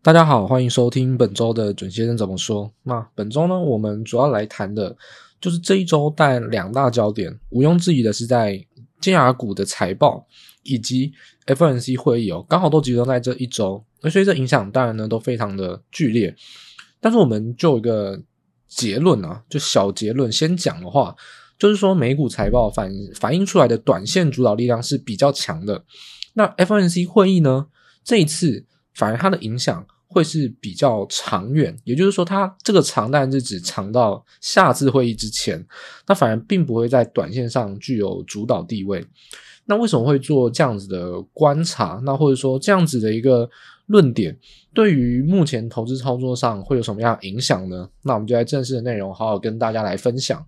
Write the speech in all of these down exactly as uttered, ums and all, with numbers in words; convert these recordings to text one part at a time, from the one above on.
大家好，欢迎收听本周的准先生怎么说。那本周呢，我们主要来谈的就是这一周带两大焦点，毋庸置疑的是在尖牙股的财报以及 F O M C 会议哦，刚好都集中在这一周，所以这影响当然呢都非常的剧烈。但是我们就有一个结论啊，就小结论先讲的话，就是说美股财报反反映出来的短线主导力量是比较强的。那 F O M C 会议呢，这一次反而它的影响会是比较长远，也就是说它这个长当然是指长到下次会议之前，那反而并不会在短线上具有主导地位。那为什么会做这样子的观察？那或者说这样子的一个论点对于目前投资操作上会有什么样的影响呢？那我们就在正式的内容好好跟大家来分享。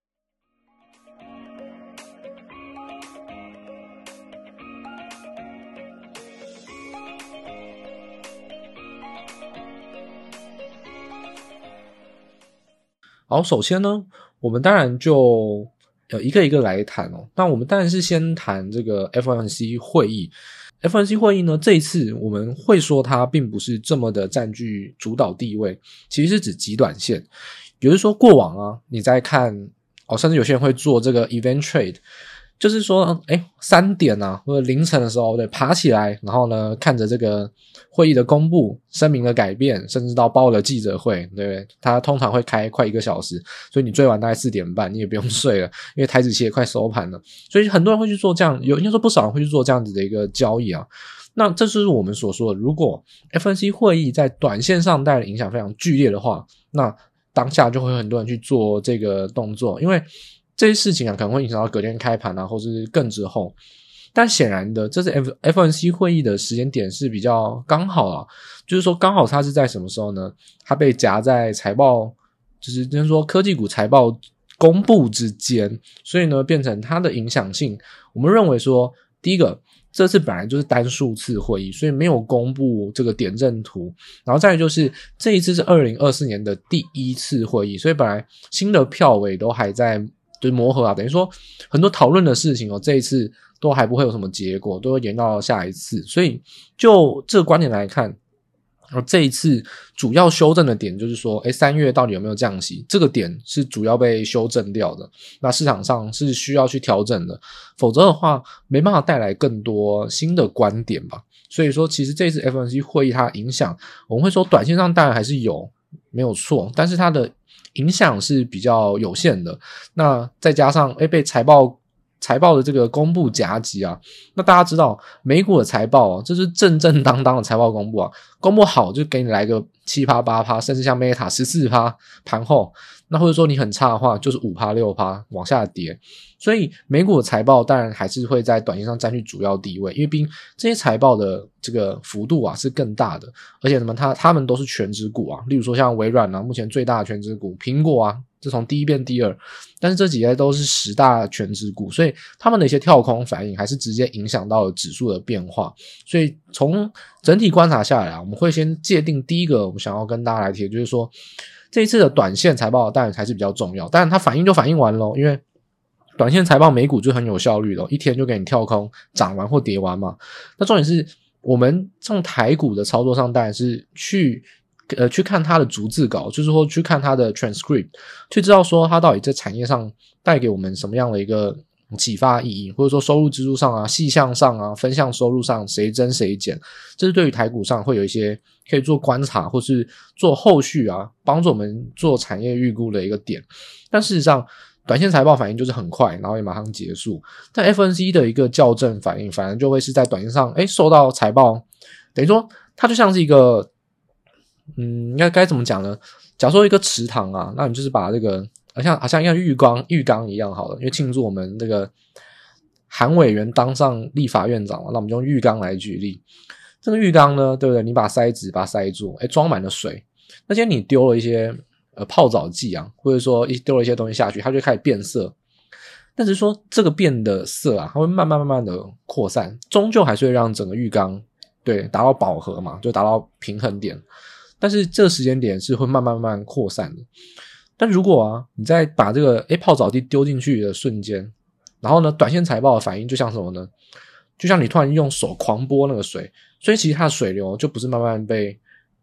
好，首先呢，我们当然就呃一个一个来谈哦。那我们当然是先谈这个 F O M C 会议。F O M C 会议呢，这一次我们会说它并不是这么的占据主导地位，其实是指极短线。也就是说过往啊，你在看哦，甚至有些人会做这个 event trade， 就是说诶三点啊或者凌晨的时候对爬起来，然后呢看着这个会议的公布声明的改变，甚至到报了记者会，对不对？他通常会开快一个小时，所以你追完大概四点半你也不用睡了，因为台指期也快收盘了，所以很多人会去做这样，有应该说不少人会去做这样子的一个交易啊。那这就是我们所说的，如果 F O M C 会议在短线上带来影响非常剧烈的话，那当下就会有很多人去做这个动作，因为这些事情啊可能会影响到隔天开盘啊，或是更之后。但显然的，这次 F O M C 会议的时间点是比较刚好啊，就是说刚好它是在什么时候呢？它被夹在财报，就是就是说科技股财报公布之间，所以呢变成它的影响性，我们认为说，第一个，这次本来就是单数次会议，所以没有公布这个点阵图，然后再来就是这一次是二零二四年的第一次会议，所以本来新的票委都还在就是磨合啊，等于说很多讨论的事情哦，这一次都还不会有什么结果，都会延到下一次。所以就这个观点来看，这一次主要修正的点就是说，诶三月到底有没有降息，这个点是主要被修正掉的，那市场上是需要去调整的，否则的话没办法带来更多新的观点吧。所以说其实这次 F O M C 会议它的影响，我们会说短线上当然还是有，没有错，但是它的影响是比较有限的。那再加上诶被财报财报的这个公布夹击啊，那大家知道美股的财报啊，这是正正当当的财报公布啊，公布好就给你来个 百分之七 百分之八 甚至像 Meta 百分之十四 盘后，那或者说你很差的话就是 百分之五 百分之六 往下跌。所以美股的财报当然还是会在短线上占据主要地位，因为毕竟这些财报的这个幅度啊是更大的，而且什么它他们都是全指股啊，例如说像微软啊，目前最大的全指股，苹果啊这从第一变第二，但是这几类都是十大全指股，所以他们的一些跳空反应还是直接影响到了指数的变化。所以从整体观察下来啊，我们会先界定第一个我们想要跟大家来提，就是说这一次的短线财报当然还是比较重要，当然它反应就反应完咯，因为短线财报美股就很有效率的，一天就给你跳空涨完或跌完嘛。那重点是我们这种台股的操作上当然是去呃去看它的逐字稿，就是说去看它的 transcript， 去知道说它到底在产业上带给我们什么样的一个启发意义，或者说收入支出上啊、细项上啊、分项收入上谁增谁减，这是对于台股上会有一些可以做观察或是做后续啊帮助我们做产业预估的一个点。但事实上短线财报反应就是很快，然后也马上结束。但 F O M C 的一个校正反应，反而就会是在短线上，诶受到财报，等于说它就像是一个，嗯，应该该怎么讲呢？假如说一个池塘啊，那你就是把这个，好像好像像浴缸浴缸一样好了，因为庆祝我们这个韩委员当上立法院长嘛，那我们就用浴缸来举例。这个浴缸呢，对不对？你把塞子把它塞住，诶装满了水，那些你丢了一些呃，泡澡剂啊，或者说一丢了一些东西下去，它就开始变色。但是说这个变的色啊，它会慢慢慢慢的扩散，终究还是会让整个浴缸对达到饱和嘛，就达到平衡点。但是这个时间点是会慢慢慢慢扩散的。但如果啊，你在把这个诶泡澡剂丢进去的瞬间，然后呢，短线财报的反应就像什么呢？就像你突然用手狂拨那个水，所以其实它的水流就不是慢慢被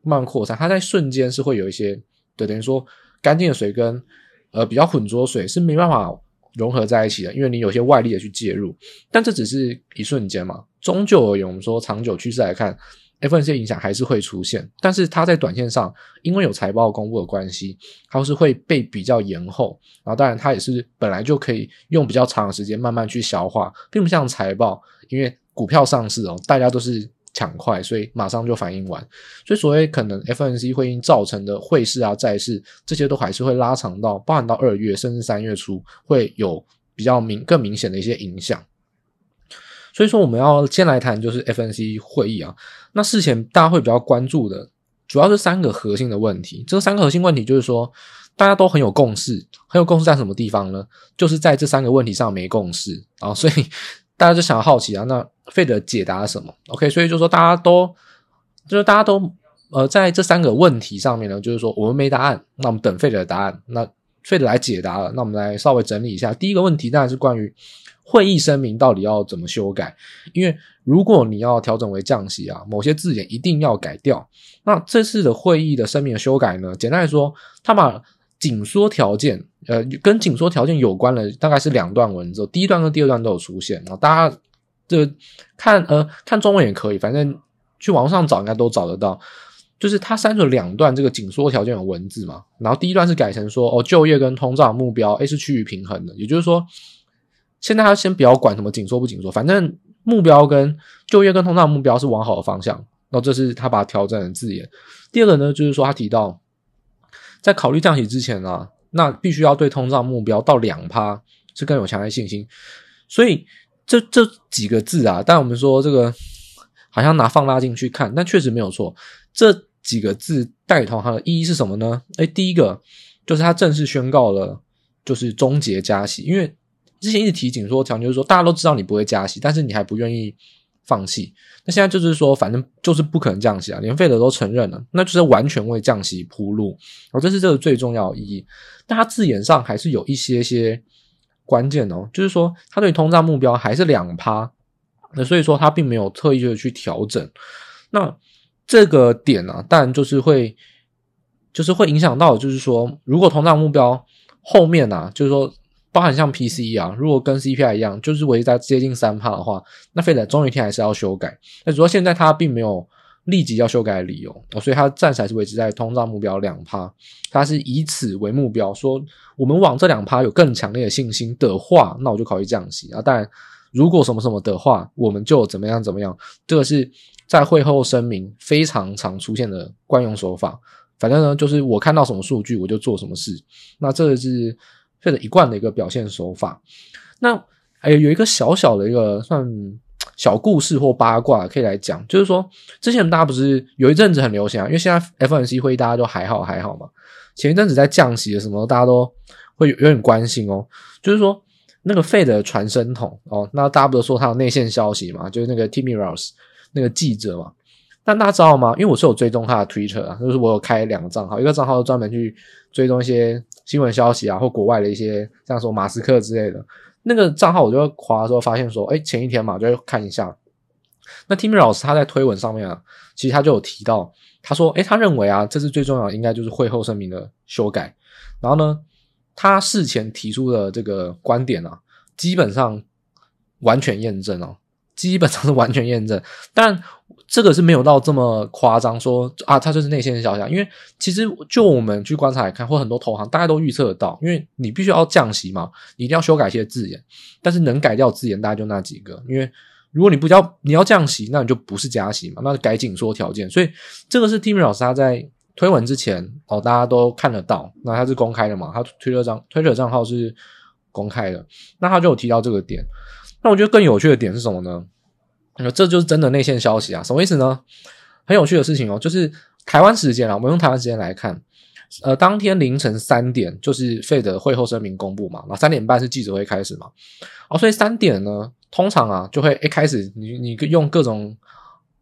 慢慢扩散，它在瞬间是会有一些对，等于说干净的水跟呃比较混浊水是没办法融合在一起的，因为你有些外力的去介入，但这只是一瞬间嘛，终究而言我们说长久趋势来看 F O M C 的影响还是会出现，但是它在短线上因为有财报公布的关系，它是会被比较延后，然后当然它也是本来就可以用比较长的时间慢慢去消化，并不像财报，因为股票上市哦，大家都是抢快，所以马上就反应完，所以所谓可能 F O M C 会议造成的汇市啊债市这些都还是会拉长到包含到二月甚至三月初会有比较明更明显的一些影响。所以说我们要先来谈就是 F O M C 会议啊，那事前大家会比较关注的主要是三个核心的问题，这三个核心问题就是说大家都很有共识，很有共识在什么地方呢？就是在这三个问题上没共识啊，所以大家就想好奇啊，那 Fed 解答什么 ？OK， 所以就说大家都就是大家都呃在这三个问题上面呢，就是说我们没答案，那我们等 Fed 的答案，那 Fed 来解答了，那我们来稍微整理一下。第一个问题当然是关于会议声明到底要怎么修改，因为如果你要调整为降息啊，某些字眼一定要改掉。那这次的会议的声明的修改呢，简单来说，他把紧缩条件呃跟紧缩条件有关的大概是两段文字，第一段跟第二段都有出现，然后大家这看呃看中文也可以，反正去网上找应该都找得到。就是他删除了两段这个紧缩条件的文字嘛，然后第一段是改成说哦就业跟通胀目标诶是趋于平衡的，也就是说现在他先不要管什么紧缩不紧缩，反正目标跟就业跟通胀目标是往好的方向，然后这是他把它调整的字眼。第二个呢就是说他提到在考虑降息之前啊，那必须要对通胀目标到 百分之二 是更有强烈信心。所以这这几个字啊，但我们说这个好像拿放大镜去看，但确实没有错。这几个字带头它的意义是什么呢？诶，第一个就是他正式宣告了就是终结加息，因为之前一直提紧缩条件就是说大家都知道你不会加息，但是你还不愿意放弃，那现在就是说反正就是不可能降息啊，连Fed都承认了，那就是完全为降息铺路，哦，这是这个最重要的意义。但它字眼上还是有一些些关键哦，就是说它对通胀目标还是 百分之二， 那所以说它并没有特意的去调整。那这个点啊当然就是会就是会影响到，就是说如果通胀目标后面啊就是说包含像 P C E 啊，如果跟 C P I 一样就是维持在接近 百分之三 的话，那Fed终有一天还是要修改，那主要现在它并没有立即要修改的理由，哦，所以它暂时还是维持在通胀目标 百分之二， 它是以此为目标，说我们往这 百分之二 有更强烈的信心的话，那我就考虑降息啊。当然如果什么什么的话，我们就怎么样怎么样，这个是在会后声明非常常出现的惯用手法。反正呢就是我看到什么数据我就做什么事，那这个是Fed一贯的一个表现手法。那还有有一个小小的一个算小故事或八卦可以来讲，就是说之前大家不是有一阵子很流行啊，因为现在 F O M C 会议大家都还好还好嘛，前一阵子在降息的什么大家都会有点关心哦，就是说那个 Fed 的传声筒哦，那大家不是说他有内线消息嘛，就是那个 Tim Ross 那个记者嘛，但大家知道吗？因为我是有追踪他的 Twitter 啊，就是我有开两个账号，一个账号专门去追踪一些新闻消息啊，或国外的一些像说马斯克之类的，那个账号我就会滑的时候发现说，诶前一天嘛就会看一下，那 Tim Ross 他在推文上面啊，其实他就有提到，他说诶他认为啊这次最重要的应该就是会后声明的修改，然后呢他事前提出的这个观点啊基本上完全验证哦，基本上是完全验证，但这个是没有到这么夸张说啊它就是内线消息，因为其实就我们去观察来看，或很多投行大概都预测得到，因为你必须要降息嘛，你一定要修改一些字眼，但是能改掉字眼大概就那几个，因为如果你不要你要降息，那你就不是加息嘛，那改紧缩条件，所以这个是 Tim Ross 他在推文之前哦大家都看得到，那他是公开的嘛，他推特账推特账号是公开的，那他就有提到这个点。那我觉得更有趣的点是什么呢？这就是真的内线消息啊，什么意思呢？很有趣的事情哦，就是台湾时间啊，我们用台湾时间来看，呃，当天凌晨三点就是 Fed 会后声明公布嘛，然后三点半是记者会开始嘛，哦，所以三点呢，通常啊就会一开始你你用各种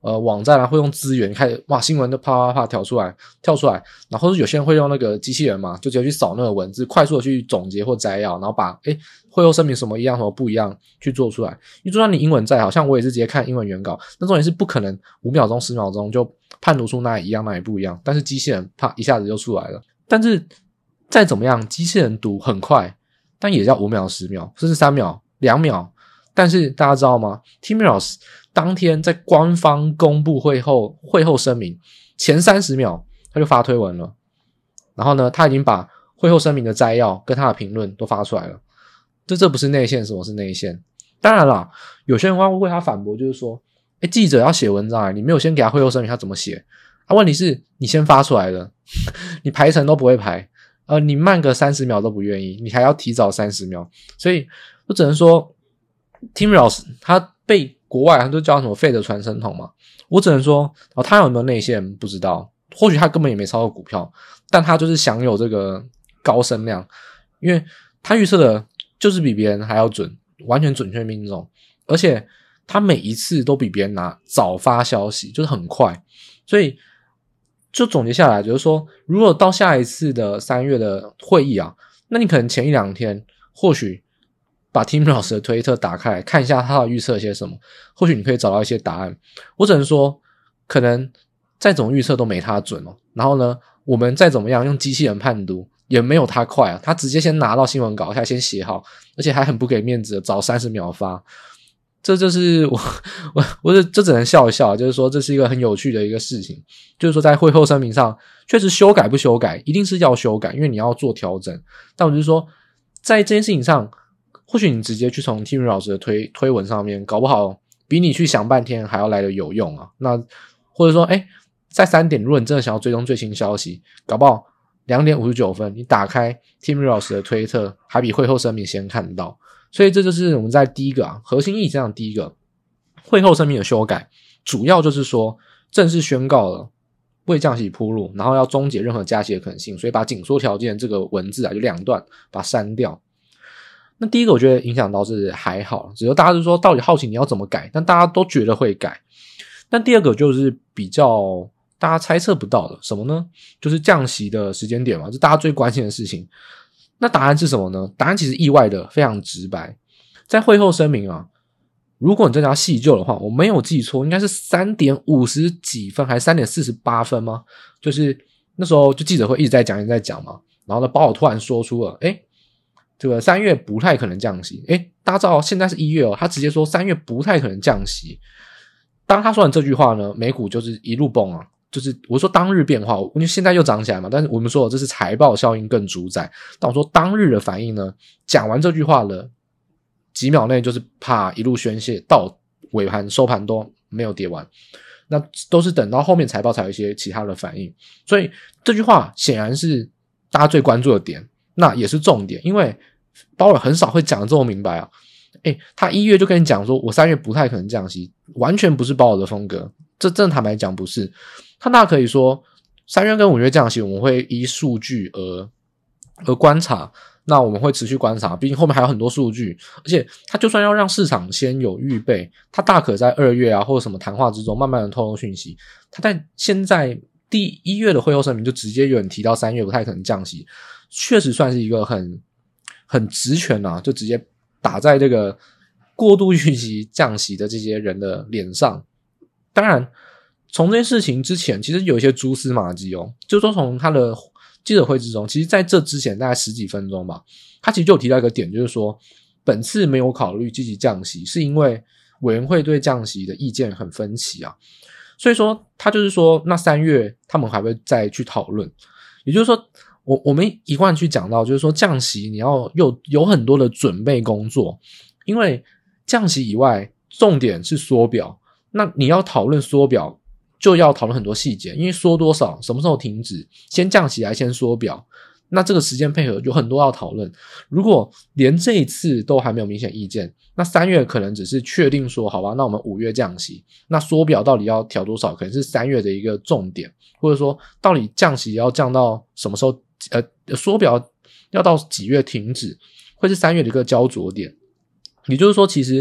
呃网站啊会用资源开始哇新闻都啪啪啪跳出来跳出来，然后有些人会用那个机器人嘛，就直接去扫那个文字，快速的去总结或摘要，然后把诶会后声明什么一样什么不一样去做出来。因为就算你英文再好，像我也是直接看英文原稿，那重点是不可能五秒钟十秒钟就判读出哪里一样哪里不一样，但是机器人啪一下子就出来了。但是再怎么样机器人读很快，但也要五秒十秒甚至三秒两秒。但是大家知道吗 Tim Rose 当天在官方公布会后会后声明前三十秒他就发推文了，然后呢他已经把会后声明的摘要跟他的评论都发出来了。这这不是内线，什么是内线？当然啦，有些人会为他反驳，就是说诶记者要写文章啊，你没有先给他会后声明他怎么写啊？问题是你先发出来了你排程都不会排，呃，你慢个三十秒都不愿意，你还要提早三十秒，所以我只能说Tim Rose 他被国外他都叫什么废的传声筒嘛，我只能说哦，他有没有内线不知道，或许他根本也没操作股票，但他就是享有这个高声量，因为他预测的就是比别人还要准，完全准确命中，而且他每一次都比别人拿早发消息，就是很快，所以就总结下来就是说，如果到下一次的三月的会议啊，那你可能前一两天或许把 Tim Rose 的推特打开来看一下他的预测些什么，或许你可以找到一些答案。我只能说可能再怎么预测都没他准哦。然后呢我们再怎么样用机器人判读也没有他快啊，他直接先拿到新闻稿他先写好，而且还很不给面子的早三十秒发。这就是我我我这这只能笑一笑，就是说这是一个很有趣的一个事情，就是说在会后声明上确实修改不修改一定是要修改，因为你要做调整，但我就是说在这件事情上或许你直接去从 Tim Rose 的推推文上面，搞不好比你去想半天还要来得有用啊。那或者说诶在三点如果你真的想要追踪最新消息，搞不好两点五十九分你打开 Tim Rose 的推特还比会后声明先看到。所以这就是我们在第一个啊核心意义上第一个会后声明的修改，主要就是说正式宣告了为降息铺路，然后要终结任何加息的可能性，所以把紧缩条件这个文字啊就两段把它删掉。那第一个我觉得影响到是还好，只是大家就说到底好奇你要怎么改，但大家都觉得会改。但第二个就是比较大家猜测不到的什么呢？就是降息的时间点嘛，这大家最关心的事情。那答案是什么呢？答案其实意外的非常直白，在会后声明啊，如果你真的要细究的话，我没有记错应该是三点五十几分还是三点四十八分吗？就是那时候就记者会一直在讲一直在讲嘛，然后呢鲍尔突然说出了诶这个三月不太可能降息。诶大家知道现在是一月哦，他直接说三月不太可能降息。当他说完这句话呢，美股就是一路崩啊，就是我说当日变化，因为现在又涨起来嘛，但是我们说这是财报效应更主宰，但我说当日的反应呢，讲完这句话了几秒内就是啪一路宣泄，到尾盘收盘都没有跌完，那都是等到后面财报才有一些其他的反应。所以这句话显然是大家最关注的点，那也是重点，因为鲍尔很少会讲得这么明白啊。诶他一月就跟你讲说我三月不太可能降息，完全不是鲍尔的风格，这真的坦白讲不是。他大可以说三月跟五月降息我们会依数据而而观察，那我们会持续观察，毕竟后面还有很多数据，而且他就算要让市场先有预备，他大可在二月啊或者什么谈话之中慢慢的透露讯息。他在现在第一月的会后声明就直接有人提到三月不太可能降息，确实算是一个很很直拳啊，就直接打在这个过度预期降息的这些人的脸上。当然从这件事情之前其实有一些蛛丝马迹哦，就是说从他的记者会之中，其实在这之前大概十几分钟吧，他其实就有提到一个点，就是说本次没有考虑积极降息是因为委员会对降息的意见很分歧啊，所以说他就是说那三月他们还会再去讨论。也就是说我我们一贯去讲到就是说降息你要有有很多的准备工作，因为降息以外重点是缩表，那你要讨论缩表就要讨论很多细节，因为缩多少什么时候停止，先降息还先缩表，那这个时间配合有很多要讨论。如果连这一次都还没有明显意见，那三月可能只是确定说好吧那我们五月降息，那缩表到底要调多少可能是三月的一个重点，或者说到底降息要降到什么时候，呃，缩表要到几月停止会是三月的一个焦灼点。也就是说其实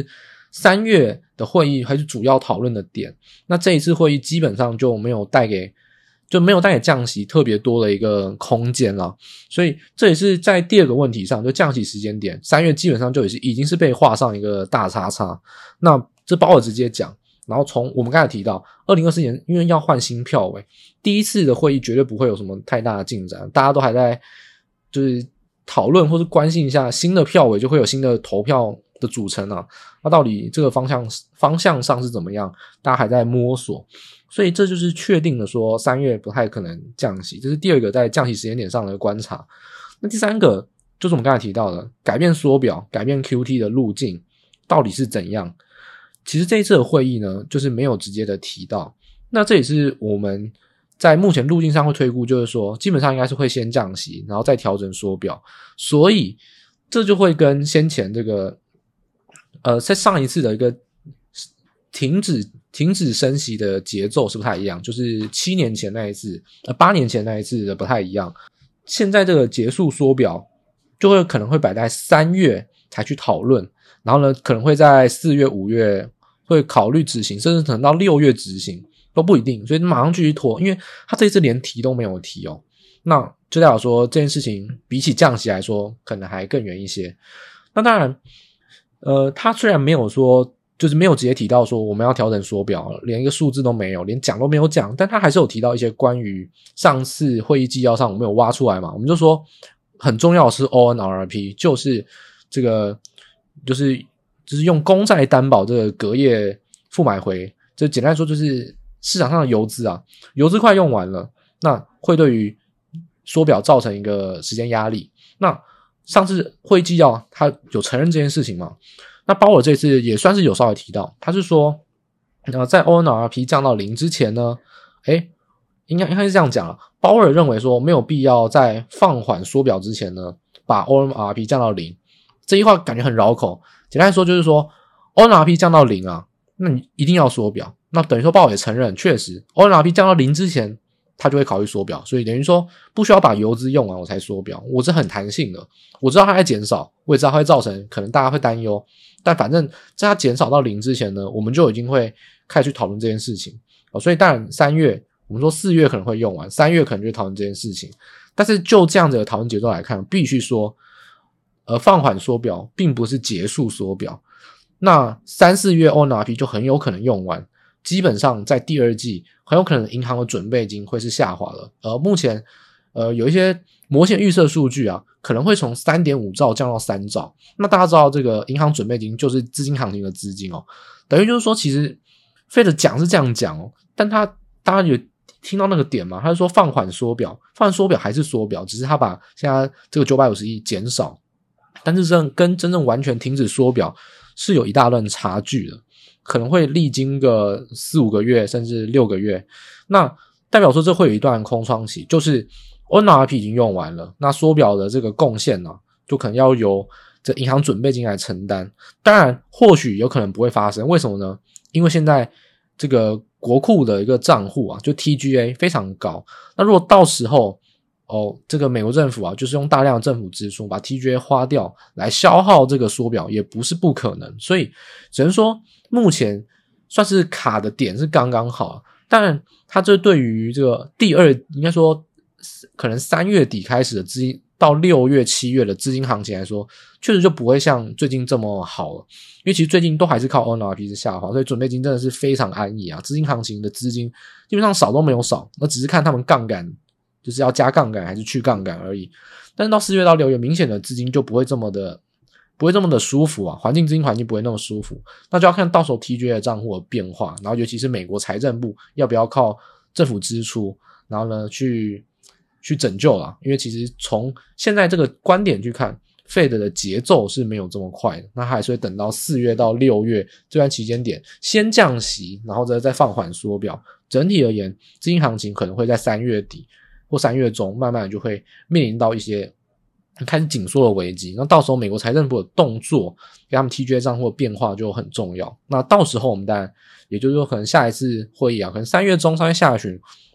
三月的会议还是主要讨论的点，那这一次会议基本上就没有带给就没有带给降息特别多的一个空间了，所以这也是在第二个问题上，就降息时间点，三月基本上就也是已经是被画上一个大叉叉。那这鲍尔直接讲，然后从我们刚才提到二零二四年因为要换新票委，第一次的会议绝对不会有什么太大的进展，大家都还在就是讨论或是关心一下新的票委就会有新的投票的组成啊，那到底这个方向方向上是怎么样，大家还在摸索，所以这就是确定了说三月不太可能降息，这是第二个在降息时间点上的观察。那第三个就是我们刚才提到的改变缩表改变 Q T 的路径到底是怎样，其实这一次的会议呢就是没有直接的提到，那这也是我们在目前路径上会推估，就是说基本上应该是会先降息然后再调整缩表，所以这就会跟先前这个呃在上一次的一个停止停止升息的节奏是不太一样，就是七年前那一次呃八年前那一次的不太一样，现在这个结束缩表就会可能会摆在三月才去讨论，然后呢可能会在四月五月会考虑执行，甚至可能到六月执行都不一定，所以马上继续拖，因为他这一次连提都没有提哦，那就代表说这件事情比起降息来说可能还更远一些。那当然呃，他虽然没有说就是没有直接提到说我们要调整缩表，连一个数字都没有，连讲都没有讲，但他还是有提到一些关于上次会议纪要上我们有挖出来嘛，我们就说很重要的是 O N R P， 就是这个就是就是用公债担保这个隔夜负买回，这简单说就是市场上的游资啊，游资快用完了，那会对于缩表造成一个时间压力。那上次会议纪要他有承认这件事情吗？那鲍尔这次也算是有稍微提到，他是说呃，在 O N R P 降到零之前呢，诶应该应该是这样讲了，鲍尔认为说没有必要在放缓缩表之前呢把 O N R P 降到零，这句话感觉很绕口，简单说就是说 O N R P 降到零啊，那你一定要缩表，那等于说鲍尔也承认确实 O N R P 降到零之前他就会考虑缩表，所以等于说不需要把游资用完我才缩表，我是很弹性的，我知道它在减少，我也知道它会造成可能大家会担忧，但反正在它减少到零之前呢，我们就已经会开始去讨论这件事情，所以当然三月我们说四月可能会用完，三月可能就会讨论这件事情，但是就这样子的讨论节奏来看，必须说呃，放缓缩表并不是结束缩表，那三四月 O N R P 就很有可能用完，基本上在第二季很有可能银行的准备金会是下滑了，而目前呃有一些模型预测数据啊，可能会从 三点五兆降到三兆，那大家知道这个银行准备金就是资金行情的资金哦，等于就是说其实 Fed 讲是这样讲哦，但他大家有听到那个点吗？他是说放缓缩表，放缓缩表还是缩表，只是他把现在这个九百五十亿减少，但是真跟真正完全停止缩表是有一大段差距的，可能会历经个四五个月甚至六个月，那代表说这会有一段空窗期，就是 O N R P 已经用完了，那缩表的这个贡献呢、啊，就可能要由这银行准备金来承担，当然或许有可能不会发生，为什么呢？因为现在这个国库的一个账户啊，就 T G A 非常高，那如果到时候哦，这个美国政府啊，就是用大量的政府支出把 T G A 花掉来消耗这个缩表，也不是不可能，所以只能说目前算是卡的点是刚刚好，当然它这对于这个第二应该说可能三月底开始的资金到六月七月的资金行情来说，确实就不会像最近这么好了，因为其实最近都还是靠 O N R P 是下滑，所以准备金真的是非常安逸啊，资金行情的资金基本上少都没有少，那只是看他们杠杆就是要加杠杆还是去杠杆而已，但是到四月到六月明显的资金就不会这么的不会这么的舒服啊，环境资金环境不会那么舒服，那就要看到时候 T G A 的账户的变化，然后尤其是美国财政部要不要靠政府支出然后呢去去拯救啦，因为其实从现在这个观点去看 Fed 的节奏是没有这么快的，那还是会等到四月到六月这段期间点先降息然后再再放缓缩表，整体而言资金行情可能会在三月底或三月中慢慢的就会面临到一些开始紧缩的危机，那到时候美国财政部的动作给他们 T G A 账户的变化就很重要，那到时候我们当然也就是说可能下一次会议啊，可能三月中三月下旬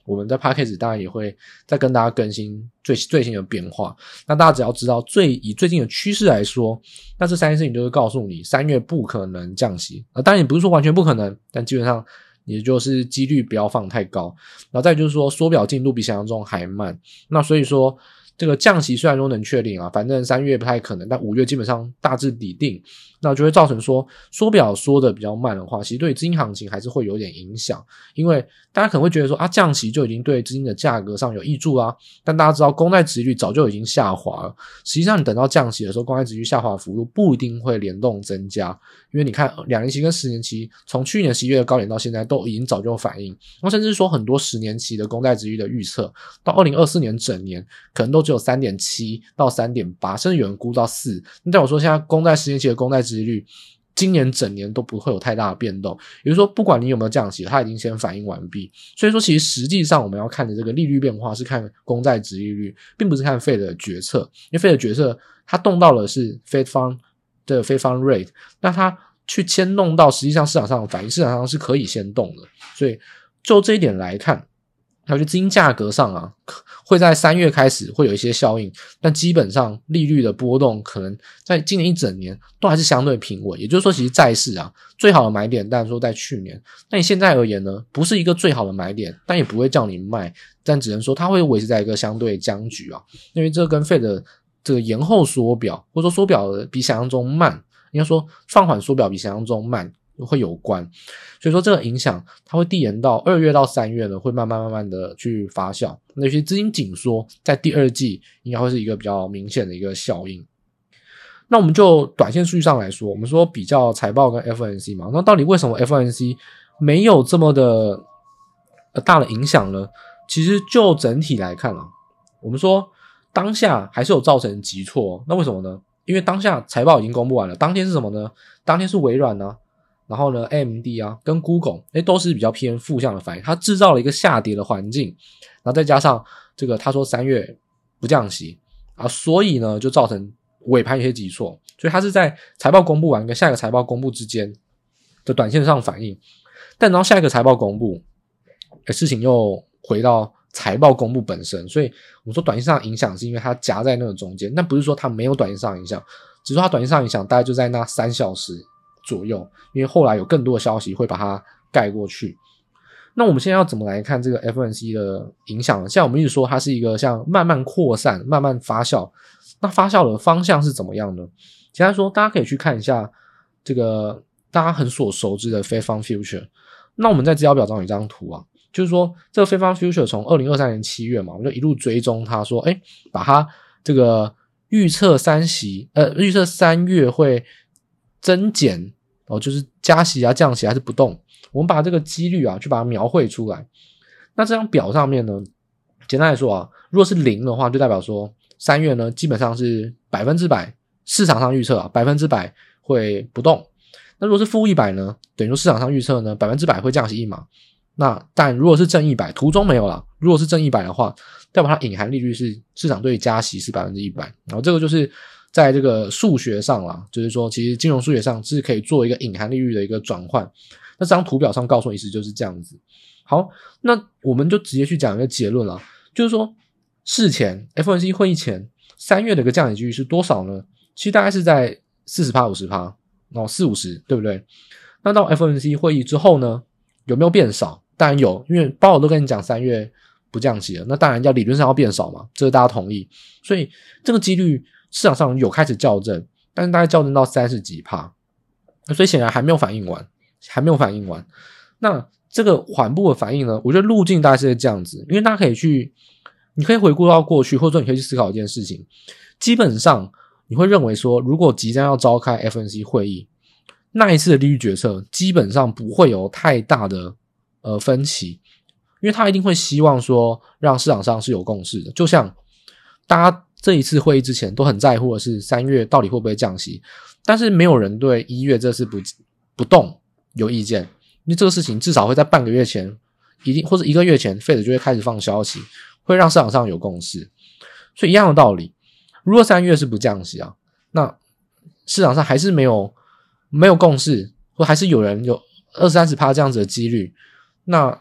我们在 Podcast 当然也会再跟大家更新最最新的变化。那大家只要知道最以最近的趋势来说，那这三件事情就是告诉你三月不可能降息。呃，当然也不是说完全不可能，但基本上也就是几率不要放太高。然后再就是说缩表进度比想象中还慢，那所以说这个降息虽然说能确定啊，反正三月不太可能，但五月基本上大致底定，那就会造成说缩表缩的比较慢的话，其实对资金行情还是会有点影响。因为大家可能会觉得说啊，降息就已经对资金的价格上有益处啊，但大家知道公债殖利率早就已经下滑了，实际上你等到降息的时候，公债殖利率下滑的幅度不一定会联动增加，因为你看两年期跟十年期从去年十一月的高点到现在都已经早就反映，那甚至说很多十年期的公债殖利率的预测到二零二四年整年可能都只有 三点七 到 三点八， 甚至有人估到四。那代表说现在公债十年期的公债殖利率今年整年都不会有太大的变动，也就是说不管你有没有降息，它已经先反应完毕。所以说其实实际上我们要看的这个利率变化是看公债殖利率，并不是看 Fed 的决策，因为 Fed 的决策它动到的是 Fed Fund 的 Fed Fund Rate， 那它去牵动到实际上市场上的反应，市场上是可以先动的。所以就这一点来看，那就资金价格上啊，会在三月开始会有一些效应，但基本上利率的波动可能在今年一整年都还是相对平稳。也就是说其实债市啊，最好的买点当然说在去年，那你现在而言呢，不是一个最好的买点，但也不会叫你卖，但只能说它会维持在一个相对僵局啊。因为这跟 Fed 的这个延后缩表，或者说缩表比想象中慢，应该说放缓缩表比想象中慢会有关，所以说这个影响它会递延到二月到三月呢，会慢慢慢慢的去发酵。那些资金紧缩在第二季应该会是一个比较明显的一个效应。那我们就短线数据上来说，我们说比较财报跟 F O M C 嘛，那到底为什么 F O M C 没有这么的大的影响呢？其实就整体来看啊，我们说当下还是有造成急挫，那为什么呢？因为当下财报已经公布完了，当天是什么呢？当天是微软啊，然后呢 A M D 啊跟 Google 诶都是比较偏负向的反应，它制造了一个下跌的环境，然后再加上这个他说三月不降息啊，所以呢就造成尾盘有些急挫，所以它是在财报公布完跟下一个财报公布之间的短线上反应，但然后下一个财报公布事情又回到财报公布本身，所以我们说短线上的影响是因为它夹在那个中间，但不是说它没有短线上的影响，只是说它短线上的影响大概就在那三小时左右，因为后来有更多的消息会把它盖过去。那我们现在要怎么来看这个 F O M C 的影响呢？像我们一直说它是一个像慢慢扩散慢慢发酵，那发酵的方向是怎么样呢？简单说大家可以去看一下这个大家很所熟知的 Fed Fund Future。那我们在资料表上有一张图啊，就是说这个 Fed Fund Future 从二零二三年七月嘛，我们就一路追踪它，说诶把它这个预测三息呃预测三月会增减哦，就是加息啊降息还是不动，我们把这个几率啊去把它描绘出来。那这张表上面呢，简单来说啊，如果是零的话就代表说三月呢基本上是百分之百市场上预测啊百分之百会不动。那如果是负一百呢，等于说市场上预测呢百分之百会降息一码。那但如果是正一百，图中没有啦，如果是正一百的话，代表它隐含利率是市场对加息是百分之百。然后这个就是在这个数学上啦，就是说其实金融数学上是可以做一个隐含利率的一个转换。那这张图表上告诉你意思就是这样子。好，那我们就直接去讲一个结论啦，就是说事前 F O M C 会议前三月的一个降息几率是多少呢？其实大概是在 百分之四十 百分之五十 然后四五十，对不对？那到 F O M C 会议之后呢，有没有变少？当然有，因为鲍尔都跟你讲三月不降息了，那当然要理论上要变少嘛，这个大家同意。所以这个几率市场上有开始校正，但是大概校正到三十几%，所以显然还没有反应完，还没有反应完。那这个缓步的反应呢，我觉得路径大概是这样子，因为大家可以去，你可以回顾到过去，或者说你可以去思考一件事情，基本上你会认为说，如果即将要召开 F O M C 会议，那一次的利率决策基本上不会有太大的呃分歧，因为他一定会希望说让市场上是有共识的。就像大家这一次会议之前都很在乎的是三月到底会不会降息，但是没有人对一月这次不不动有意见，因为这个事情至少会在半个月前一定或者一个月前 Fed 就会开始放消息，会让市场上有共识。所以一样的道理，如果三月是不降息啊，那市场上还是没有没有共识，或还是有人有 百分之二十到三十 这样子的几率，那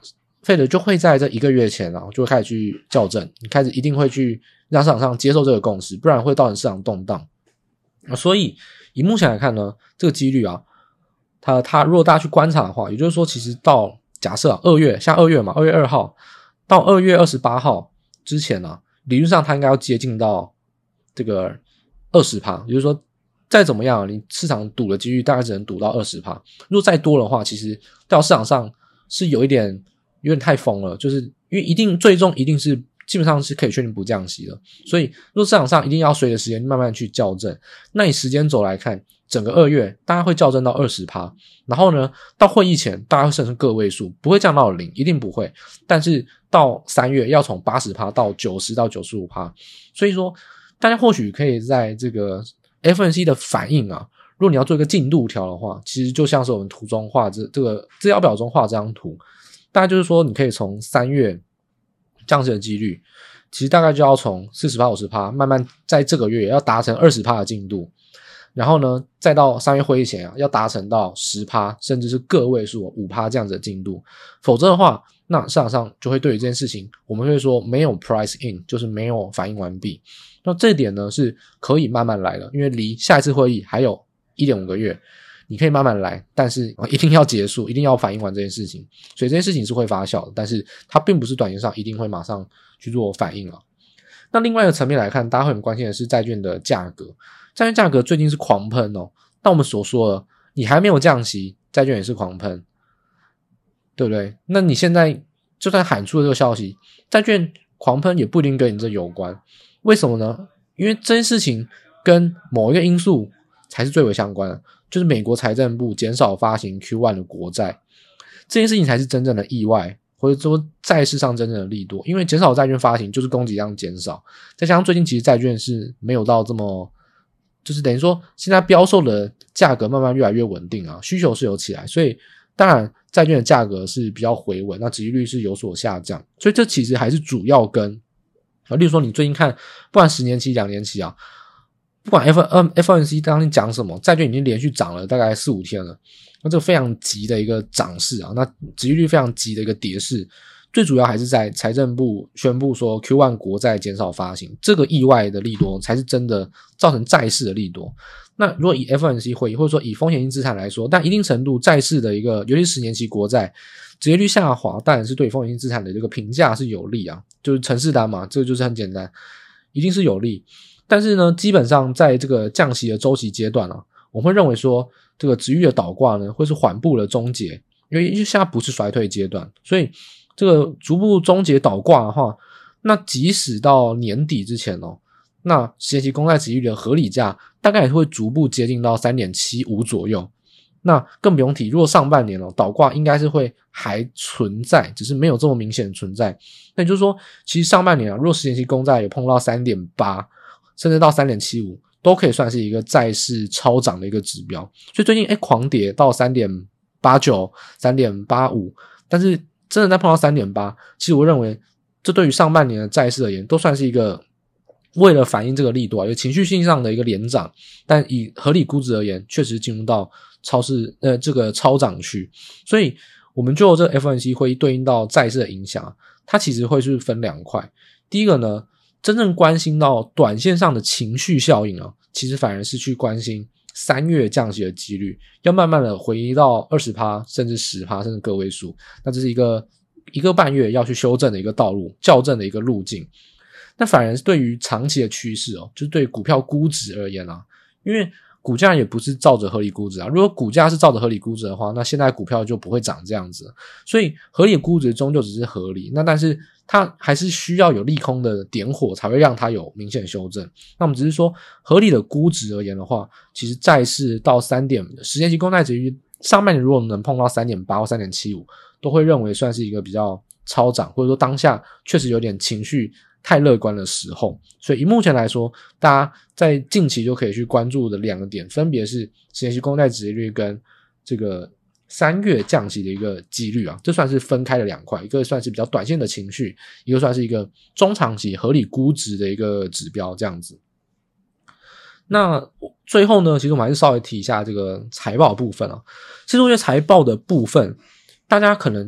Fed 就会在这一个月前啊，就会开始去校正，你开始一定会去让市场上接受这个共识，不然会造成市场动荡。所以以目前来看呢，这个几率啊，它它如果大家去观察的话，也就是说，其实到假设啊二月，像二月嘛，二月二号到二月二十八号之前啊，理论上它应该要接近到这个 百分之二十， 也就是说再怎么样你市场赌的几率大概只能赌到 百分之二十， 如果再多的话，其实到市场上是有一点有点太疯了，就是因为一定最终一定是基本上是可以确定不降息的，所以如果市场上一定要随着时间慢慢去校正，那以时间轴来看，整个二月大概会校正到 百分之二十， 然后呢到会议前大概会剩成个位数，不会降到零，一定不会，但是到三月要从 百分之八十 到 百分之九十 到 百分之九十五， 所以说大家或许可以在这个 F O M C 的反应啊，如果你要做一个进度条的话，其实就像是我们图中画这这个资料表中画这张图，大概就是说你可以从三月降息的几率，其实大概就要从 百分之四十、百分之五十 慢慢在这个月要达成 百分之二十 的进度，然后呢再到三月会议前啊要达成到 百分之十 甚至是个位数 百分之五 这样子的进度，否则的话那市场上就会对于这件事情我们会说没有 price in， 就是没有反应完毕。那这一点呢是可以慢慢来的，因为离下一次会议还有 一点五个月，你可以慢慢来，但是一定要结束，一定要反应完这件事情，所以这件事情是会发酵的，但是它并不是短线上一定会马上去做反应啊。那另外一个层面来看，大家会很关心的是债券的价格，债券价格最近是狂喷哦。那我们所说的你还没有降息，债券也是狂喷，对不对？那你现在就算喊出了这个消息，债券狂喷也不一定跟你这有关，为什么呢？因为这件事情跟某一个因素才是最为相关的，就是美国财政部减少发行 Q 一 的国债，这件事情才是真正的意外，或者说债市上真正的利多，因为减少债券发行就是供给量减少，再加上最近其实债券是没有到这么，就是等于说现在标售的价格慢慢越来越稳定啊，需求是有起来，所以当然债券的价格是比较回稳，那殖利率是有所下降，所以这其实还是主要跟啊，例如说你最近看不管十年期两年期啊，不管 F O M C 当天讲什么，债券已经连续涨了大概四五天了，那这个非常急的一个涨势啊，那殖利率非常急的一个跌势，最主要还是在财政部宣布说 Q 一 国债减少发行，这个意外的利多才是真的造成债市的利多。那如果以 F O M C 会议或者说以风险性资产来说，但一定程度债市的一个尤其是十年期国债殖利率下滑，当然是对风险性资产的这个评价是有利啊，就是程式单嘛，这个就是很简单，一定是有利。但是呢基本上在这个降息的周期阶段啊，我们会认为说这个殖利率的倒挂呢会是缓步的终结，因为现在不是衰退阶段，所以这个逐步终结倒挂的话，那即使到年底之前哦，那十年期公债殖利率的合理价大概也会逐步接近到 三点七五 左右，那更不用提如果上半年哦倒挂应该是会还存在，只是没有这么明显的存在，那也就是说其实上半年啊，如果十年期公债有碰到 三点八甚至到 三点七五 都可以算是一个债市超涨的一个指标，所以最近诶狂跌到 三点八九 三点八五， 但是真的在碰到 三点八， 其实我认为这对于上半年的债市而言都算是一个为了反映这个利多啊，有情绪性上的一个连涨，但以合理估值而言确实进入到超市呃这个超涨区，所以我们就这个 F O M C 会议对应到债市的影响，它其实会是分两块。第一个呢，真正关心到短线上的情绪效应啊，其实反而是去关心三月降息的几率要慢慢的回到 百分之二十 甚至 百分之十 甚至个位数，那这是一个一个半月要去修正的一个道路，校正的一个路径。那反而是对于长期的趋势哦，就是对股票估值而言啊，因为股价也不是照着合理估值啊，如果股价是照着合理估值的话，那现在股票就不会涨这样子，所以合理估值终究只是合理，那但是它还是需要有利空的点火才会让它有明显修正。那我们只是说合理的估值而言的话，其实债市到三点十年期公债殖利率上半年如果能碰到 三点八 或 三点七五 都会认为算是一个比较超涨，或者说当下确实有点情绪太乐观的时候，所以以目前来说大家在近期就可以去关注的两个点分别是十年期公债殖利率跟这个三月降息的一个几率啊，这算是分开的两块，一个算是比较短线的情绪，一个算是一个中长期合理估值的一个指标这样子。那最后呢，其实我们还是稍微提一下这个财报部分啊。其实我觉得财报的部分大家可能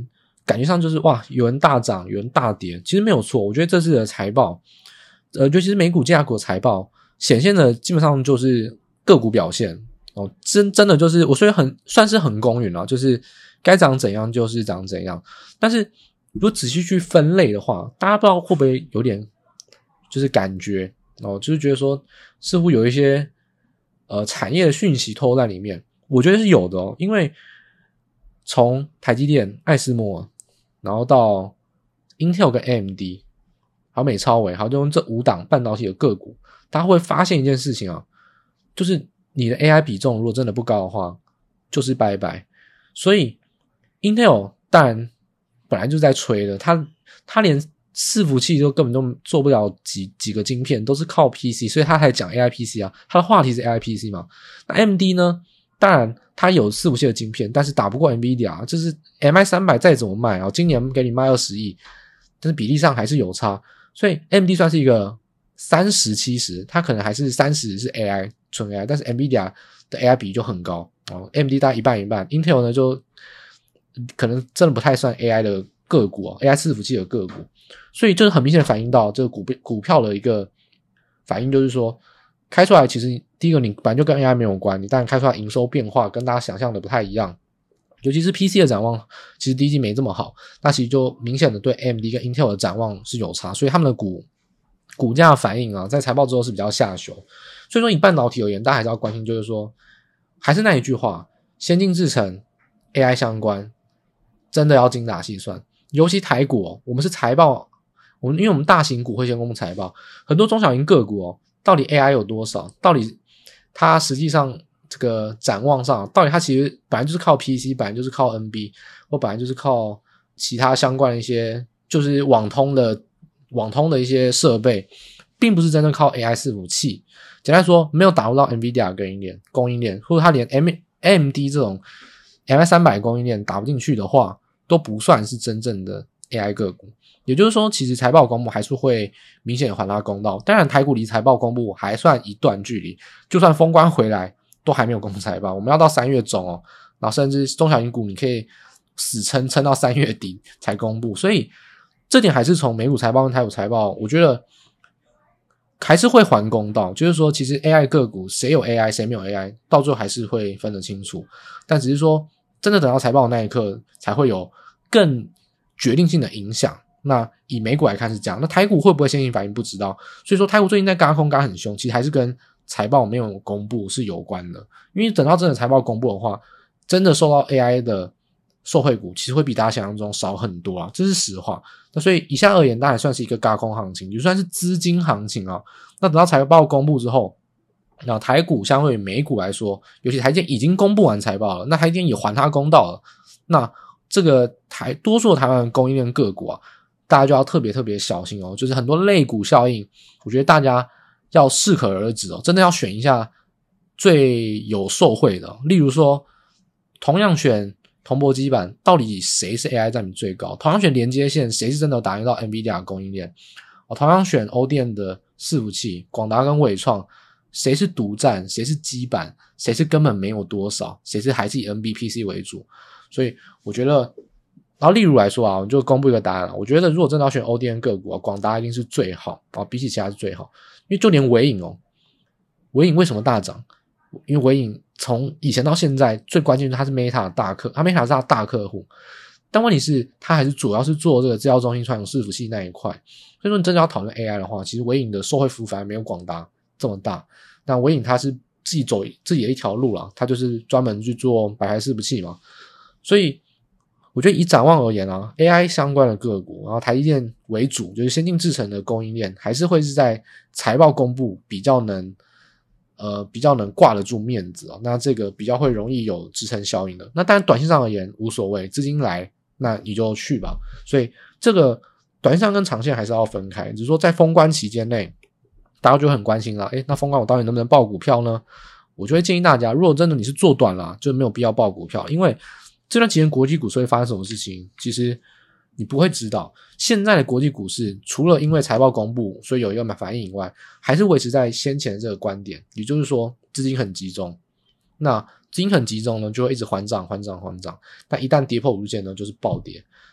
感觉上就是哇，有人大涨，有人大跌，其实没有错。我觉得这次的财报，呃，尤其是美股价股的财报，显现的基本上就是个股表现哦，真真的就是我所以很算是很公允了，就是该涨怎样就是涨怎样。但是如果仔细去分类的话，大家不知道会不会有点就是感觉哦，就是觉得说似乎有一些呃产业的讯息透露在里面，我觉得是有的哦，因为从台积电、艾斯摩，然后到 Intel 跟 A M D， 还有美超微，还有就用这五档半导体的个股，大家会发现一件事情啊，就是你的 A I 比重如果真的不高的话，就是拜拜。所以 Intel 当然本来就在吹的，它它连伺服器都根本都做不了几几个晶片，都是靠 P C， 所以他还讲 A I P C 啊，他的话题是 A I P C 嘛。那 A M D 呢？当然它有伺服器的晶片，但是打不过 Nvidia， 就是 M I 三百 再怎么卖啊，今年给你卖二十亿，但是比例上还是有差。所以 A M D 算是一个三十 七十，它可能还是三十是 A I 纯 A I， 但是 Nvidia 的 A I 比就很高哦 ，A M D 大概一半一半 ，Intel 呢就可能真的不太算 A I 的个股哦 ，A I 伺服器的个股，所以这很明显反映到这个股股票的一个反应，就是说开出来其实第一个你本来就跟 A I 没有关，你当然开出来营收变化跟大家想象的不太一样，尤其是 P C 的展望其实第一季没这么好，那其实就明显的对 A M D 跟 Intel 的展望是有差，所以他们的股股价的反应啊，在财报之后是比较下修。所以说以半导体而言，大家还是要关心，就是说还是那一句话，先进制程 A I 相关真的要精打细算，尤其台股哦，我们是财报，我们因为我们大型股会先公布财报，很多中小型个股哦，到底 A I 有多少，到底它实际上这个展望上，到底它其实本来就是靠 P C， 本来就是靠 N B， 或本来就是靠其他相关的一些就是网通的网通的一些设备，并不是真正靠 A I 伺服器。简单说，没有打入到 Nvidia 供应链供应链，或者它连 A M D 这种 M I 三百 供应链打不进去的话，都不算是真正的 A I 个股。也就是说，其实财报公布还是会明显还它公道。当然台股离财报公布还算一段距离，就算封关回来都还没有公布财报，我们要到三月中哦，然后甚至中小型股你可以死撑撑到三月底才公布，所以这点还是从美股财报跟台股财报，我觉得还是会还公道，就是说其实 A I 个股谁有 A I 谁没有 A I 到最后还是会分得清楚，但只是说真的等到财报的那一刻才会有更决定性的影响。那以美股来看是这样，那台股会不会先行反应不知道，所以说台股最近在軋空軋很凶，其实还是跟财报没有公布是有关的，因为等到真的财报公布的话，真的受到 A I 的受惠股其实会比大家想象中少很多啊，这是实话。那所以以下而言，当然算是一个軋空行情，就算是资金行情啊。那等到财报公布之后，那台股相对于美股来说，尤其台积电已经公布完财报了，那台积电也还它公道了，那这个台多数的台湾的供应链个股啊，大家就要特别特别小心哦，就是很多类股效应，我觉得大家要适可而止哦，真的要选一下最有受惠的，例如说同样选铜箔基板，到底谁是 A I 占比最高？同样选连接线，谁是真的有打进到 Nvidia 的供应链？哦，同样选欧电的伺服器，广达跟伟创，谁是独占？谁是基板？谁是根本没有多少？谁是还是以 N B P C 为主？所以我觉得，然后例如来说啊，我就公布一个答案了。我觉得如果真的要选欧电个股啊，广达一定是最好啊，比起其他是最好，因为就连微影哦，微影为什么大涨？因为微影从以前到现在最关键就是它是 Meta 的大客，它 Meta 是它的大客户，但问题是它还是主要是做这个资料中心传统伺服器那一块，所以说你真的要讨论 A I 的话，其实微影的受惠幅反而没有广达这么大。那微影它是自己走自己的一条路啦，它就是专门去做百台伺服器嘛，所以我觉得以展望而言啊 ，A I 相关的个股，然后台积电为主，就是先进制程的供应链，还是会是在财报公布比较能呃比较能挂得住面子哦，那这个比较会容易有支撑效应的。那当然短线上而言无所谓，资金来那你就去吧。所以这个短线上跟长线还是要分开，只是说在封关期间内，大家就很关心啦，诶，那封关我到底能不能抱股票呢？我就会建议大家，如果真的你是做短啦，就没有必要抱股票，因为这段期间国际股市会发生什么事情，其实你不会知道。现在的国际股市除了因为财报公布所以有一个反应以外，还是维持在先前的这个观点，也就是说资金很集中，那资金很集中呢就会一直缓涨缓涨缓涨，但一旦跌破五日线呢就是暴跌，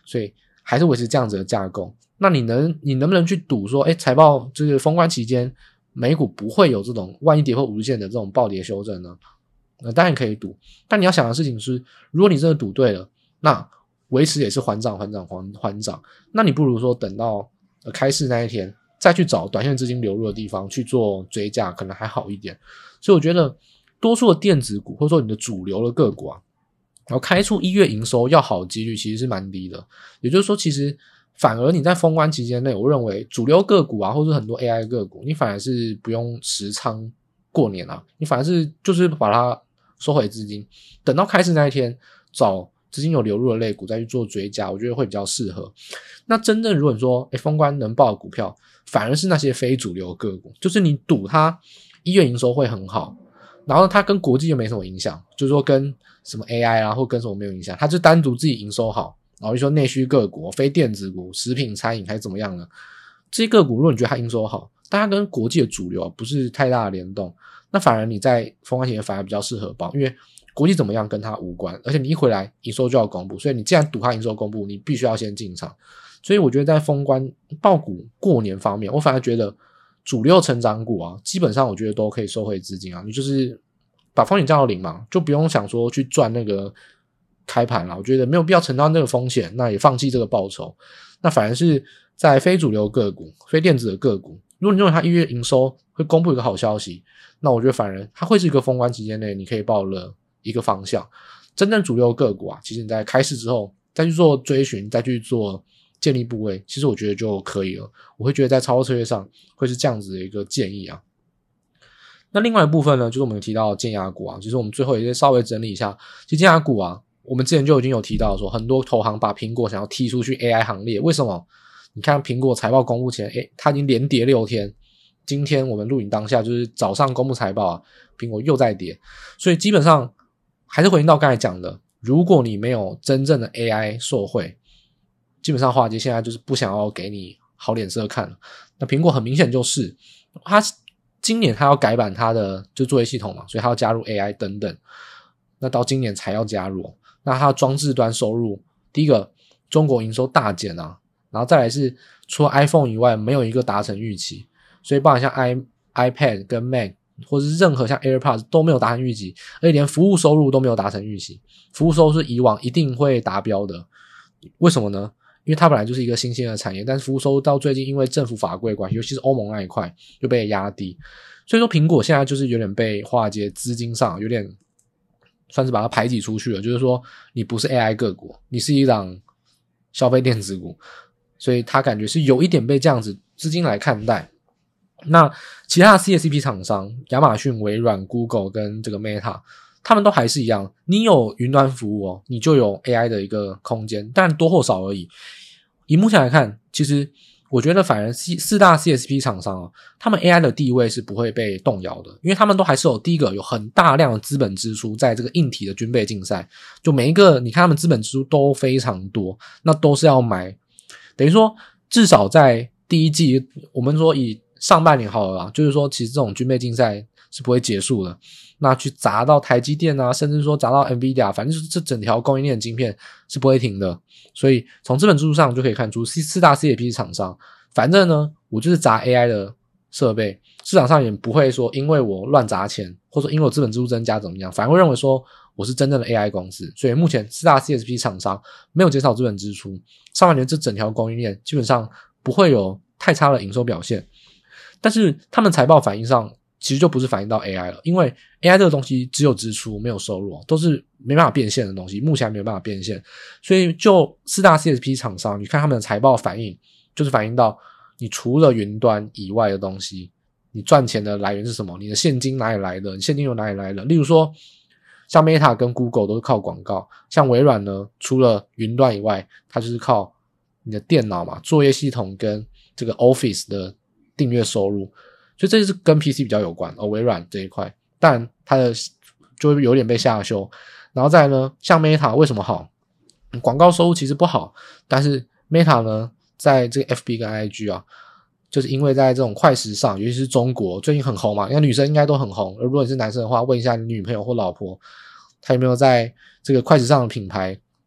所以还是维持这样子的架构。那你能你能不能去赌说，诶财报这个封关期间美股不会有这种万一跌破五日线的这种暴跌修正呢？那当然可以赌，但你要想的事情是，如果你真的赌对了，那维持也是缓涨缓涨缓缓涨，那你不如说等到、呃、开市那一天再去找短线资金流入的地方去做追价，可能还好一点。所以我觉得多数的电子股或者说你的主流的个股啊，然后开出一月营收要好的几率其实是蛮低的。也就是说，其实反而你在封关期间内，我认为主流个股啊，或者很多 A I 个股，你反而是不用持仓过年啊，你反而是就是把它收回资金，等到开市那一天找资金有流入的类股再去做追加，我觉得会比较适合。那真正如果你说诶封关能爆的股票，反而是那些非主流个股，就是你赌它一月营收会很好，然后它跟国际又没什么影响，就是说跟什么 A I 啊或跟什么没有影响，它就单独自己营收好，然后就说内需个股、非电子股、食品餐饮还是怎么样呢？这些个股如果你觉得它营收好，但它跟国际的主流不是太大的联动，那反而你在封关期间反而比较适合报，因为国际怎么样跟它无关，而且你一回来营收就要公布，所以你既然赌它营收公布，你必须要先进场。所以我觉得在封关报股过年方面，我反而觉得主流成长股啊，基本上我觉得都可以收回资金啊，你就是把风险降到零嘛，就不用想说去赚那个开盘啦，我觉得没有必要承担这个风险，那也放弃这个报酬。那反而是在非主流个股、非电子的个股，如果你认为它一月营收会公布一个好消息，那我觉得反而它会是一个封关期间内你可以抱的一个方向。真正主流个股啊，其实你在开市之后再去做追寻，再去做建立部位，其实我觉得就可以了。我会觉得在操作策略上会是这样子的一个建议啊。那另外一部分呢，就是我们有提到建压股啊，其实我们最后也稍微整理一下，其实建压股啊，我们之前就已经有提到说，很多投行把苹果想要踢出去 A I 行列，为什么？你看苹果财报公布前，诶，它已经连跌六天，今天我们录影当下就是早上公布财报啊，苹果又在跌，所以基本上还是回应到刚才讲的，如果你没有真正的 A I 受惠，基本上华尔街现在就是不想要给你好脸色看了。那苹果很明显就是它今年它要改版它的就作业系统嘛，所以它要加入 A I 等等，那到今年才要加入。那它的装置端收入，第一个中国营收大减啊，然后再来是除了 iPhone 以外没有一个达成预期，所以包含像 i iPad 跟 Mac 或是任何像 AirPods 都没有达成预期，而且连服务收入都没有达成预期。服务收入是以往一定会达标的，为什么呢？因为它本来就是一个新兴的产业，但是服务收入到最近因为政府法规关系，尤其是欧盟那一块就被压低，所以说苹果现在就是有点被华尔街资金上有点算是把它排挤出去了，就是说你不是 A I 个股，你是一档消费电子股，所以它感觉是有一点被这样子资金来看待。那其他的 C S P 厂商，亚马逊、微软、Google 跟这个 Meta， 他们都还是一样，你有云端服务哦，你就有 A I 的一个空间，但多或少而已。以目前来看，其实我觉得反而四大 C S P 厂商哦，他们 A I 的地位是不会被动摇的，因为他们都还是有第一个有很大量的资本支出在这个硬体的军备竞赛，就每一个你看他们资本支出都非常多，那都是要买，等于说至少在第一季，我们说以上半年好了啦，就是说其实这种军备竞赛是不会结束的，那去砸到台积电啊，甚至说砸到 Nvidia， 反正就是这整条供应链的晶片是不会停的。所以从资本支出上就可以看出四大 C S P 厂商，反正呢我就是砸 A I 的设备，市场上也不会说因为我乱砸钱，或者因为我资本支出增加怎么样，反而会认为说我是真正的 A I 公司。所以目前四大 C S P 厂商没有减少资本支出，上半年这整条供应链基本上不会有太差的营收表现，但是他们财报反应上其实就不是反映到 A I 了，因为 A I 这个东西只有支出没有收入，都是没办法变现的东西，目前还没有办法变现。所以就四大 C S P 厂商，你看他们的财报反应就是反映到你除了云端以外的东西，你赚钱的来源是什么，你的现金哪里来的，你现金流哪里来的。例如说像 Meta 跟 Google 都是靠广告，像微软呢除了云端以外，它就是靠你的电脑嘛，作业系统跟这个 Office 的订阅收入，所以这是跟 P C 比较有关，而微软这一块但它的就会有点被下修。然后再来呢，像 Meta 为什么好，广告收入其实不好，但是 Meta 呢在这个 F B 跟 I G 啊，就是因为在这种快时尚，尤其是中国最近很红嘛，因为女生应该都很红，而如果你是男生的话，问一下你女朋友或老婆他有没有在这个快时尚的品牌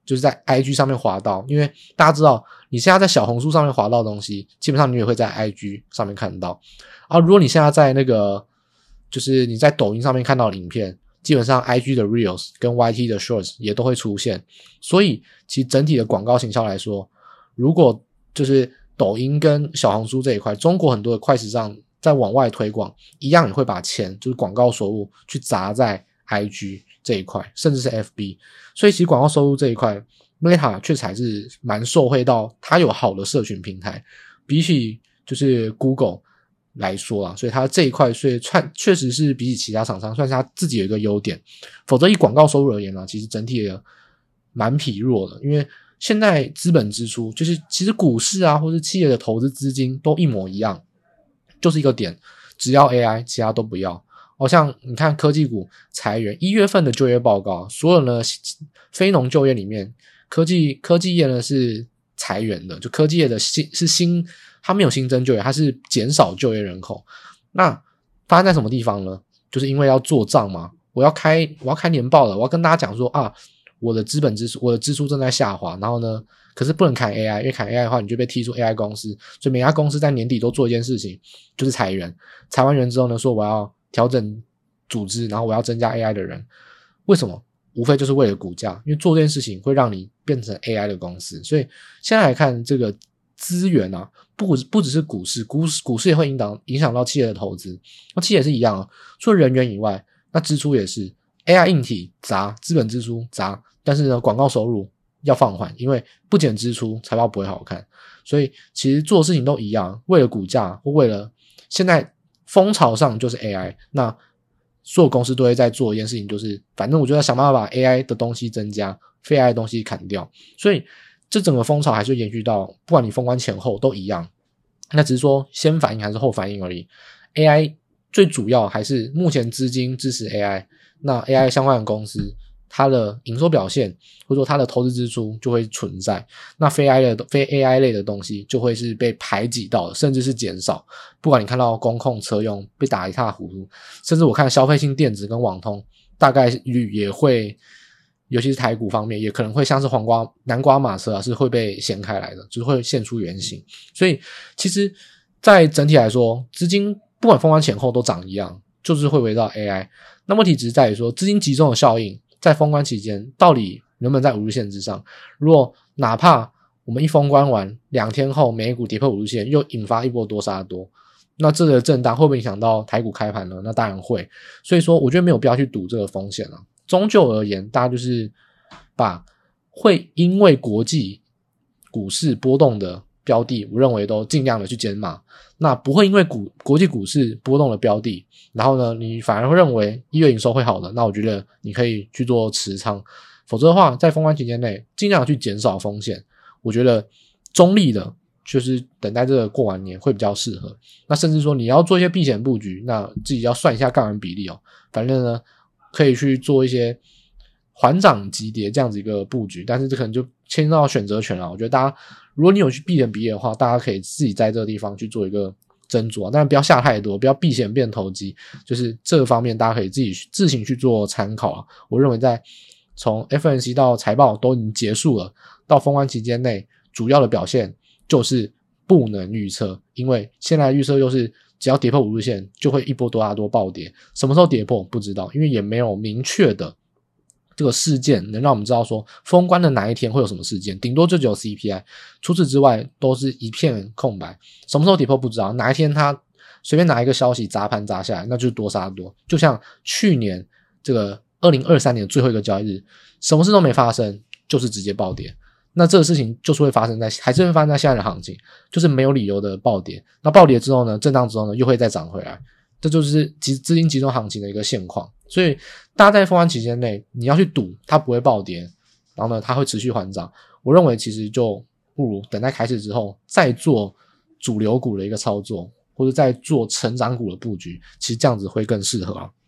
就是在 I G 上面滑到，因为大家知道你现在在小红书上面滑到的东西，基本上你也会在 I G 上面看到。啊，如果你现在在那个就是你在抖音上面看到的影片，基本上 I G 的 Reels 跟 Y T 的 Shorts 也都会出现。所以其实整体的广告行销来说，如果就是抖音跟小红书这一块，中国很多的快时尚在往外推广，一样也会把钱就是广告收入去砸在 I G 这一块，甚至是 F B。 所以其实广告收入这一块 Meta 确实还是蛮受惠到它有好的社群平台，比起就是 Google 来说啦，所以它这一块所以确实是比起其他厂商算是它自己有一个优点。否则以广告收入而言啦，其实整体的蛮疲弱的，因为现在资本支出就是其实股市啊或是企业的投资资金都一模一样，就是一个点，只要 A I 其他都不要。好像你看科技股裁员，一月份的就业报告，所有呢非农就业里面，科技科技业呢是裁员的，就科技业的新是新，它没有新增就业，它是减少就业人口。那发生在什么地方呢？就是因为要做账嘛，我要开我要开年报了，我要跟大家讲说啊，我的资本支出我的支出正在下滑，然后呢可是不能砍 A I， 因为砍 A I 的话你就被踢出 A I 公司，所以每家公司在年底都做一件事情，就是裁员。裁完员之后呢，说我要调整组织，然后我要增加 A I 的人。为什么？无非就是为了股价，因为做这件事情会让你变成 A I 的公司。所以现在来看这个资源啊，不不只是股市，股市股市也会影响影响到企业的投资。那企业也是一样啊，除了人员以外，那支出也是 A I 硬体砸，资本支出砸，但是呢广告收入要放缓，因为不减支出财报不会好看。所以其实做事情都一样，为了股价或为了现在风潮上就是 A I， 那所有公司都会在做一件事情，就是反正我就要想办法把 A I 的东西增加，非 A I 的东西砍掉。所以这整个风潮还是延续到不管你封关前后都一样，那只是说先反应还是后反应而已。 A I 最主要还是目前资金支持 A I， 那 A I 相关的公司它的营收表现或者说它的投资支出就会存在，那非 A I 的非 A I 类的东西就会是被排挤到的，甚至是减少。不管你看到公控车用被打一塌糊涂，甚至我看消费性电子跟网通大概率也会，尤其是台股方面也可能会像是黄瓜南瓜马车啊，是会被掀开来的，就是会现出原形。所以其实在整体来说，资金不管封关前后都涨一样，就是会围绕 A I。 那问题只是在于说资金集中的效应在封关期间到底能不能在五日线之上。如果哪怕我们一封关完两天后美股跌破五日线，又引发一波多杀多，那这个震荡会不会影响到台股开盘呢？那当然会。所以说我觉得没有必要去赌这个风险啊。终究而言，大家就是把会因为国际股市波动的标的，我认为都尽量的去减码。那不会因为股国际股市波动的标的，然后呢你反而会认为一月营收会好的，那我觉得你可以去做持仓。否则的话在封关期间内尽量去减少风险，我觉得中立的就是等待这个过完年会比较适合。那甚至说你要做一些避险布局，那自己要算一下杠杆比例哦。反正呢可以去做一些缓涨急跌这样子一个布局，但是这可能就牵涉到选择权了。我觉得大家如果你有去避险比例的话，大家可以自己在这个地方去做一个斟酌，当然不要下太多，不要避险变投机，就是这个方面大家可以自己自行去做参考啊。我认为在从 F O M C 到财报都已经结束了，到封关期间内主要的表现就是不能预测，因为现在预测又是只要跌破五日线就会一波多大多暴跌，什么时候跌破不知道，因为也没有明确的这个事件能让我们知道说封关的哪一天会有什么事件，顶多就只有 C P I， 除此之外都是一片空白，什么时候跌破不知道，哪一天它随便拿一个消息砸盘砸下来，那就是多杀多。就像去年这个二零二三年的最后一个交易日，什么事都没发生，就是直接暴跌。那这个事情就是会发生在还是会发生在现在的行情，就是没有理由的暴跌。那暴跌之后呢，震荡之后呢又会再涨回来，这就是资金集中行情的一个现况。所以大家在封关期间内你要去赌它不会暴跌，然后呢它会持续缓涨，我认为其实就不如等待开始之后再做主流股的一个操作，或者再做成长股的布局，其实这样子会更适合啊。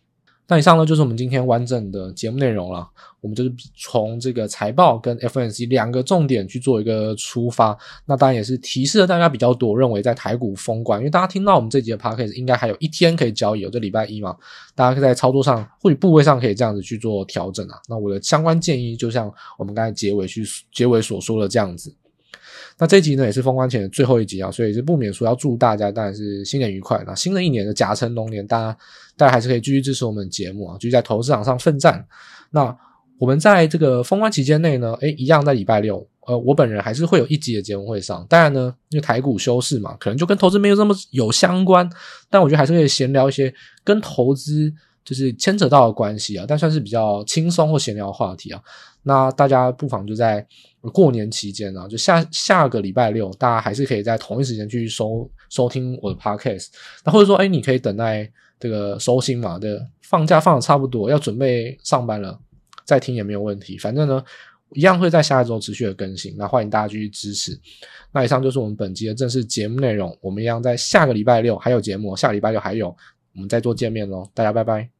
那以上呢就是我们今天完整的节目内容了。我们就是从这个财报跟 F O M C 两个重点去做一个出发，那当然也是提示了大家比较多，认为在台股封关，因为大家听到我们这集的 Podcast 应该还有一天可以交易，有这礼拜一嘛，大家可以在操作上或者部位上可以这样子去做调整啊。那我的相关建议就像我们刚才结尾去结尾所说的这样子。那这一集呢也是封关前的最后一集啊，所以是不免说要祝大家当然是新年愉快。那新的一年的甲辰龙年，大家大家还是可以继续支持我们的节目啊，继续在投资市场上奋战。那我们在这个封关期间内呢，诶，一样在礼拜六，呃，我本人还是会有一集的节目会上。当然呢，因为台股休市嘛，可能就跟投资没有这么有相关，但我觉得还是可以闲聊一些跟投资就是牵扯到的关系啊，但算是比较轻松或闲聊的话题啊。那大家不妨就在过年期间啊，就下下个礼拜六，大家还是可以在同一时间去收收听我的 podcast。那或者说，诶，你可以等待这个收心嘛，的放假放的差不多，要准备上班了。再听也没有问题，反正呢一样会在下一周持续的更新，那欢迎大家继续支持。那以上就是我们本集的正式节目内容，我们一样在下个礼拜六还有节目，下个礼拜六还有，我们再做见面咯，大家拜拜。